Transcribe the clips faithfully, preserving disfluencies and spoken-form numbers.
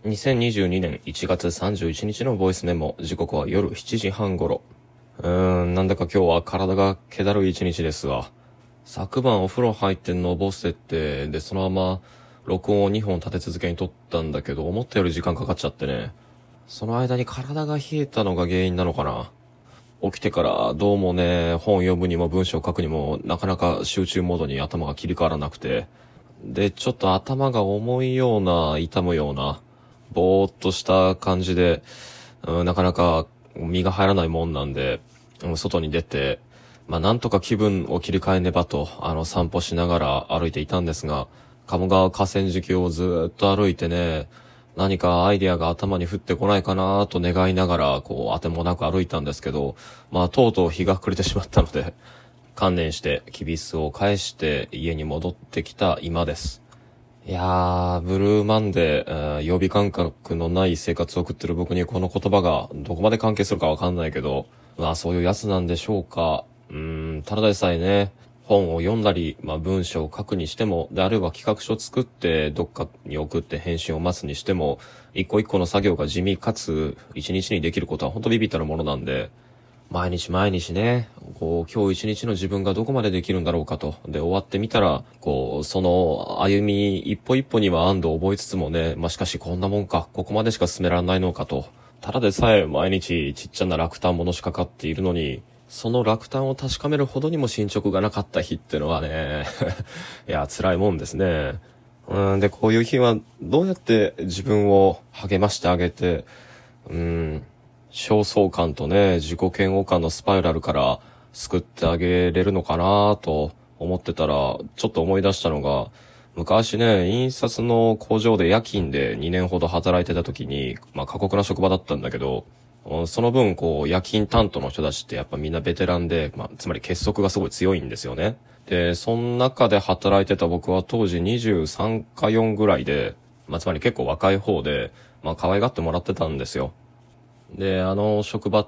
にせんにじゅうにねんいちがつさんじゅういちにちのボイスメモ、時刻は夜しちじはん頃。うーん、なんだか今日は体が気だるい一日ですわ。昨晩お風呂入ってのぼせて、で、そのまま録音をにほん立て続けに撮ったんだけど、思ったより時間かかっちゃってね。その間に体が冷えたのが原因なのかな。起きてからどうもね、本読むにも文章書くにもなかなか集中モードに頭が切り替わらなくて。で、ちょっと頭が重いような、痛むような、ぼーっとした感じで、うん、なかなか身が入らないもんなんで、うん、外に出て、まあなんとか気分を切り替えねばと、あの散歩しながら歩いていたんですが、鴨川河川敷をずーっと歩いてね、何かアイデアが頭に降ってこないかなと願いながら、こう、あてもなく歩いたんですけど、まあとうとう日が暮れてしまったので、観念してきびすを返して家に戻ってきた今です。いやー、ブルーマンデー、えー、曜日感覚のない生活を送ってる僕にこの言葉がどこまで関係するかわかんないけど、まあそういうやつなんでしょうか。うーん、ただでさえね、本を読んだり、まあ文章を書くにしても、であるいは企画書を作ってどっかに送って返信を待つにしても、一個一個の作業が地味かつ一日にできることは本当ビビったるものなんで、毎日毎日ね、こう、今日一日の自分がどこまでできるんだろうかと。で、終わってみたら、こう、その歩み一歩一歩には安堵を覚えつつもね、まあ、しかしこんなもんか、ここまでしか進められないのかと。ただでさえ毎日ちっちゃな落胆ものしかかっているのに、その落胆を確かめるほどにも進捗がなかった日ってのはね、いや、辛いもんですね。うん、で、こういう日はどうやって自分を励ましてあげて、うん、焦燥感とね、自己嫌悪感のスパイラルから救ってあげれるのかなと思ってたら、ちょっと思い出したのが、昔ね、印刷の工場で夜勤でにねんほど働いてた時に、まあ過酷な職場だったんだけど、その分こう夜勤担当の人たちってやっぱみんなベテランで、まあつまり結束がすごい強いんですよね。で、その中で働いてた僕は当時にじゅうさんかよんぐらいで、まあつまり結構若い方で、まあ可愛がってもらってたんですよ。で、あの職場って、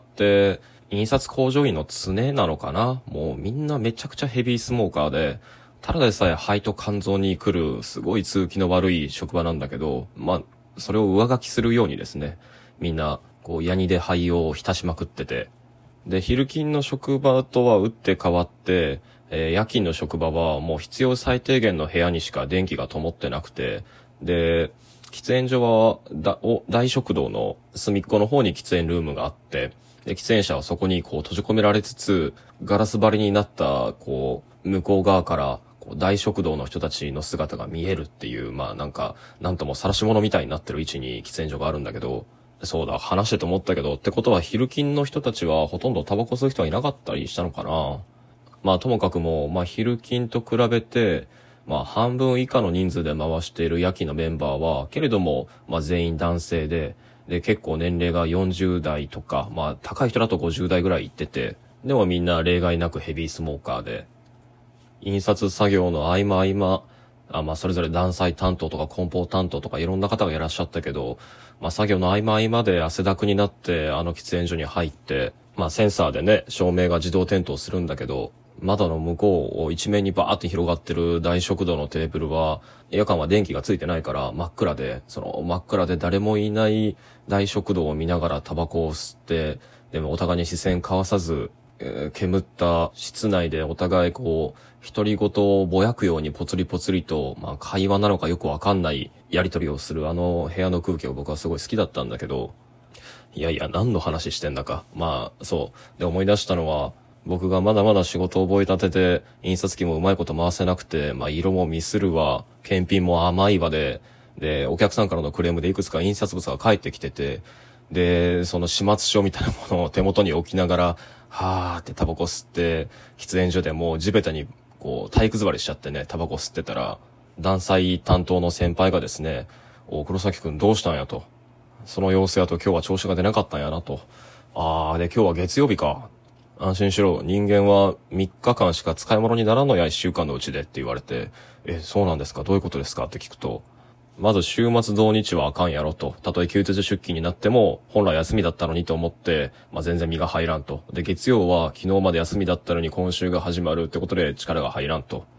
印刷工場員の常なのかな、もうみんなめちゃくちゃヘビースモーカーで、ただでさえ肺と肝臓に来るすごい通気の悪い職場なんだけど、まあ、それを上書きするようにですね、みんな、こう、ヤニで肺を浸しまくってて、で、昼勤の職場とは打って変わって、えー夜勤の職場はもう必要最低限の部屋にしか電気が灯ってなくて、で、喫煙所はだお大食堂の隅っこの方に喫煙ルームがあって、で、喫煙者はそこにこう閉じ込められつつ、ガラス張りになった、こう、向こう側から、こう大食堂の人たちの姿が見えるっていう、まあなんか、なんとも晒し物みたいになってる位置に喫煙所があるんだけど、そうだ、話してと思ったけど、ってことは昼勤の人たちはほとんどタバコ吸う人はいなかったりしたのかな。まあともかくもう、まあ昼勤と比べて、まあ半分以下の人数で回している夜勤のメンバーは、けれども、まあ全員男性で、で結構年齢がよんじゅう代とか、まあ高い人だとごじゅう代ぐらい行ってて、でもみんな例外なくヘビースモーカーで、印刷作業の合間合間、あまあそれぞれ断裁担当とか梱包担当とかいろんな方がいらっしゃったけど、まあ作業の合間合間で汗だくになってあの喫煙所に入って、まあセンサーでね、照明が自動点灯するんだけど、窓の向こうを一面にバーって広がってる大食堂のテーブルは、夜間は電気がついてないから真っ暗で、その真っ暗で誰もいない大食堂を見ながらタバコを吸って、でもお互いに視線交わさず、えー煙った室内でお互いこう、独り言をぼやくようにポツリポツリと、まあ会話なのかよくわかんないやりとりをするあの部屋の空気を僕はすごい好きだったんだけど、いやいや何の話してんだか。まあそう。で思い出したのは、僕がまだまだ仕事を覚えたてで、印刷機もうまいこと回せなくて、まあ色もミスるわ、検品も甘いわで、で、お客さんからのクレームでいくつか印刷物が返ってきてて、で、その始末書みたいなものを手元に置きながら、はーってタバコ吸って、喫煙所でもう地べたにこう体育座りしちゃってね、タバコ吸ってたら、断裁担当の先輩がですね、お、黒崎くんどうしたんやと。その様子やと今日は調子が出なかったんやなと。あー、で今日は月曜日か。安心しろ。人間はみっかかんしか使い物にならんのやいっしゅうかんのうちでって言われて、え、そうなんですか、どういうことですかって聞くと、まず週末土日はあかんやろと。たとえ休日出勤になっても、本来休みだったのにと思って、まあ、全然身が入らんと。で、月曜は昨日まで休みだったのに今週が始まるってことで力が入らんと。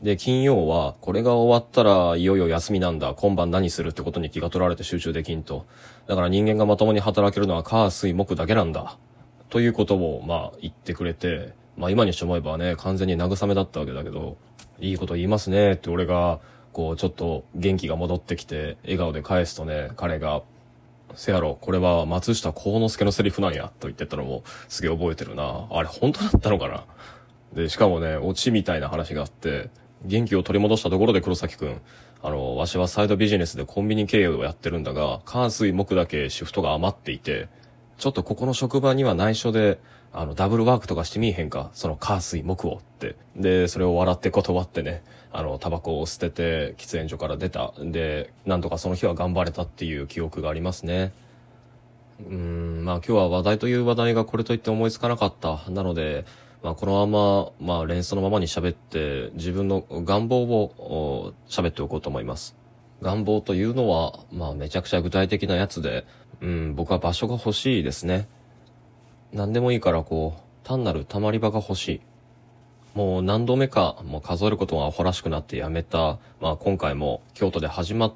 で、金曜は、これが終わったらいよいよ休みなんだ、今晩何するってことに気が取られて集中できんと。だから人間がまともに働けるのは火、水、木だけなんだ。ということを、まあ、言ってくれて、まあ今にして思えばね、完全に慰めだったわけだけど、いいこと言いますねって俺が、こう、ちょっと元気が戻ってきて、笑顔で返すとね、彼が、せやろ、これは松下幸之助のセリフなんや、と言ってたのもすげえ覚えてるな。あれ本当だったのかな。で、しかもね、オチみたいな話があって、元気を取り戻したところで黒崎くん、あの、わしはサイドビジネスでコンビニ経営をやってるんだが、火水木だけシフトが余っていて、ちょっとここの職場には内緒で、あの、ダブルワークとかしてみいへんか、その火水木をって。で、それを笑って断ってね、あの、タバコを捨てて喫煙所から出た。で、なんとかその日は頑張れたっていう記憶がありますね。うーん、まあ今日は話題という話題がこれといって思いつかなかった。なので、まあこのまま、まあ連想のままに喋って、自分の願望を喋っておこうと思います。願望というのは、まあめちゃくちゃ具体的なやつで、うん、僕は場所が欲しいですね。何でもいいからこう、単なる溜まり場が欲しい。もう何度目か、もう数えることがアホらしくなってやめた、まあ今回も京都で始まった、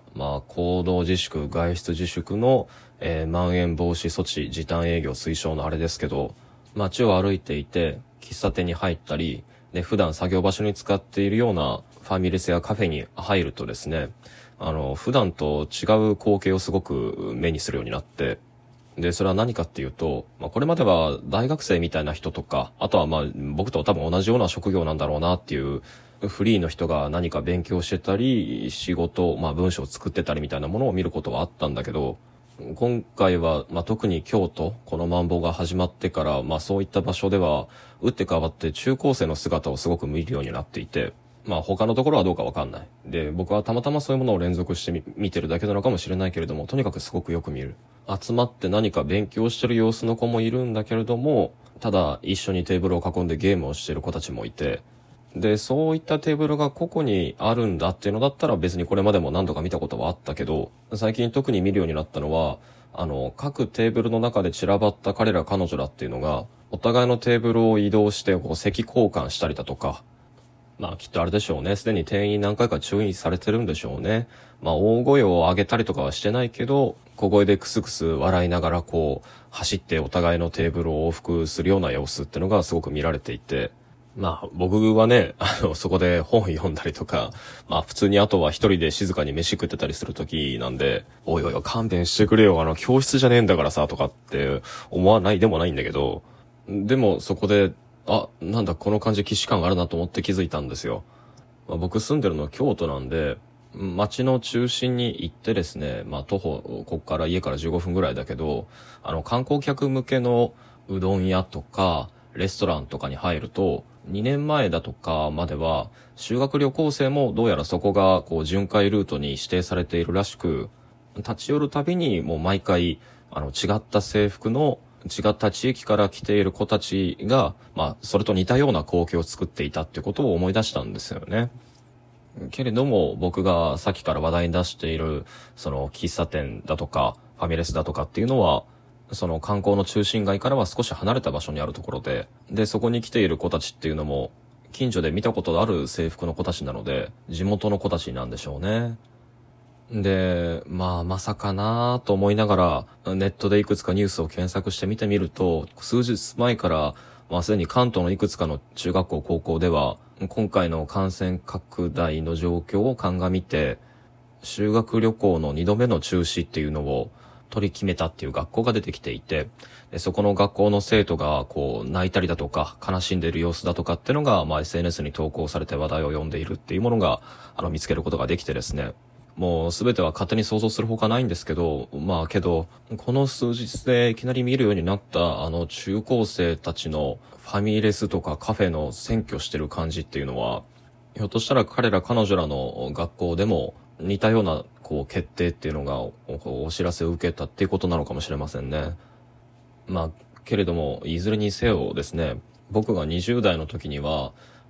まあ行動自粛、外出自粛の、えー、まん延防止措置、時短営業推奨のあれですけど、街を歩いていて、喫茶店に入ったり、で、普段作業場所に使っているようなファミレスやカフェに入るとですね、あの、普段と違う光景をすごく目にするようになって、で、それは何かっていうと、まあ、これまでは大学生みたいな人とか、あとはまあ、僕と多分同じような職業なんだろうなっていう、フリーの人が何か勉強してたり、仕事、まあ文章を作ってたりみたいなものを見ることはあったんだけど、今回は、まあ、特に京都、このマンボウが始まってから、まあそういった場所では、打って変わって中高生の姿をすごく見るようになっていて、まあ他のところはどうかわかんない。で、僕はたまたまそういうものを連続してみ見てるだけなのかもしれないけれども、とにかくすごくよく見る。集まって何か勉強してる様子の子もいるんだけれども、ただ一緒にテーブルを囲んでゲームをしてる子たちもいて、で、そういったテーブルが個々にあるんだっていうのだったら別にこれまでも何度か見たことはあったけど、最近特に見るようになったのは、あの、各テーブルの中で散らばった彼ら彼女らっていうのが、お互いのテーブルを移動してこう席交換したりだとか、まあきっとあれでしょうね。すでに店員に何回か注意されてるんでしょうね。まあ大声を上げたりとかはしてないけど、小声でクスクス笑いながらこう、走ってお互いのテーブルを往復するような様子ってのがすごく見られていて、まあ僕はね、あの、そこで本読んだりとか、まあ普通にあとは一人で静かに飯食ってたりする時なんで、おいおい勘弁してくれよ、あの教室じゃねえんだからさ、とかって思わないでもないんだけど、でもそこで、あ、なんだこの感じ既視感があるなと思って気づいたんですよ。まあ、僕住んでるのは京都なんで、街の中心に行ってですね、まあ徒歩、こっから家からじゅうごふんぐらいだけど、あの観光客向けのうどん屋とか、レストランとかに入ると、にねんまえだとかまでは、修学旅行生もどうやらそこがこう巡回ルートに指定されているらしく、立ち寄るたびにもう毎回、あの違った制服の違った地域から来ている子たちが、まあ、それと似たような光景を作っていたってことを思い出したんですよね。けれども、僕がさっきから話題に出している、その喫茶店だとか、ファミレスだとかっていうのは、その観光の中心街からは少し離れた場所にあるところで、で、そこに来ている子たちっていうのも、近所で見たことある制服の子たちなので、地元の子たちなんでしょうね。で、まあ、まさかなぁと思いながら、ネットでいくつかニュースを検索して見てみると、数日前から、まあ、すでに関東のいくつかの中学校、高校では、今回の感染拡大の状況を鑑みて、修学旅行のにどめの中止っていうのを取り決めたっていう学校が出てきていて、でそこの学校の生徒がこう泣いたりだとか悲しんでいる様子だとかっていうのが、まあ、エスエヌエス に投稿されて話題を呼んでいるっていうものが、あの、見つけることができてですね。もうすべては勝手に想像するほかないんですけど、まあけど、この数日でいきなり見るようになったあの中高生たちのファミレスとかカフェの占拠してる感じっていうのは、ひょっとしたら彼ら彼女らの学校でも似たようなこう決定っていうのが お, お知らせを受けたっていうことなのかもしれませんね。まあけれども、いずれにせよですね、僕がにじゅう代の時には、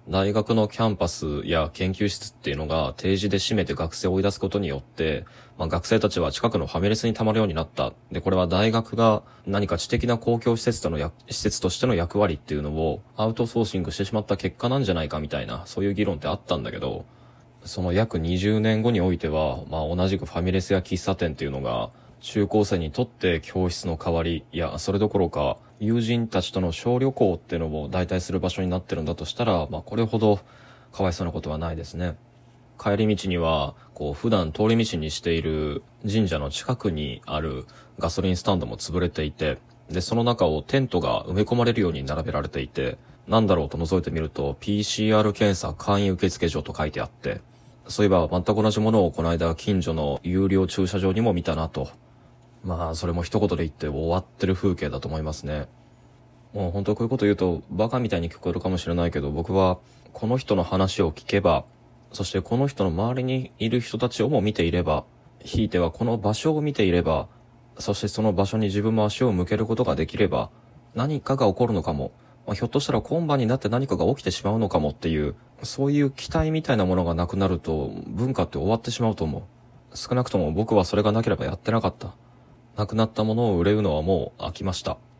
大学のキャンパスや研究室っていうのが定時で閉めて学生を追い出すことによって、まあ、学生たちは近くのファミレスに溜まるようになった。で、これは大学が何か知的な公共施設とのや、施設としての役割っていうのをアウトソーシングしてしまった結果なんじゃないかみたいな、そういう議論ってあったんだけど、その約にじゅうねんごにおいては、まあ、同じくファミレスや喫茶店っていうのが、中高生にとって教室の代わり、いや、それどころか、友人たちとの小旅行っていうのを代替する場所になってるんだとしたら、まあ、これほどかわいそうなことはないですね。帰り道には、こう、普段通り道にしている神社の近くにあるガソリンスタンドも潰れていて、で、その中をテントが埋め込まれるように並べられていて、なんだろうと覗いてみると ピーシーアール 検査簡易受付所と書いてあって、そういえば全く同じものをこの間近所の有料駐車場にも見たなと。まあそれも一言で言って終わってる風景だと思いますね。もう本当こういうこと言うとバカみたいに聞こえるかもしれないけど、僕はこの人の話を聞けば、そしてこの人の周りにいる人たちをも見ていれば、ひいてはこの場所を見ていれば、そしてその場所に自分も足を向けることができれば、何かが起こるのかも、まあ、ひょっとしたら今晩になって何かが起きてしまうのかもっていう、そういう期待みたいなものがなくなると文化って終わってしまうと思う。少なくとも僕はそれがなければやってなかった。なくなったものを憂うのはもう飽きました。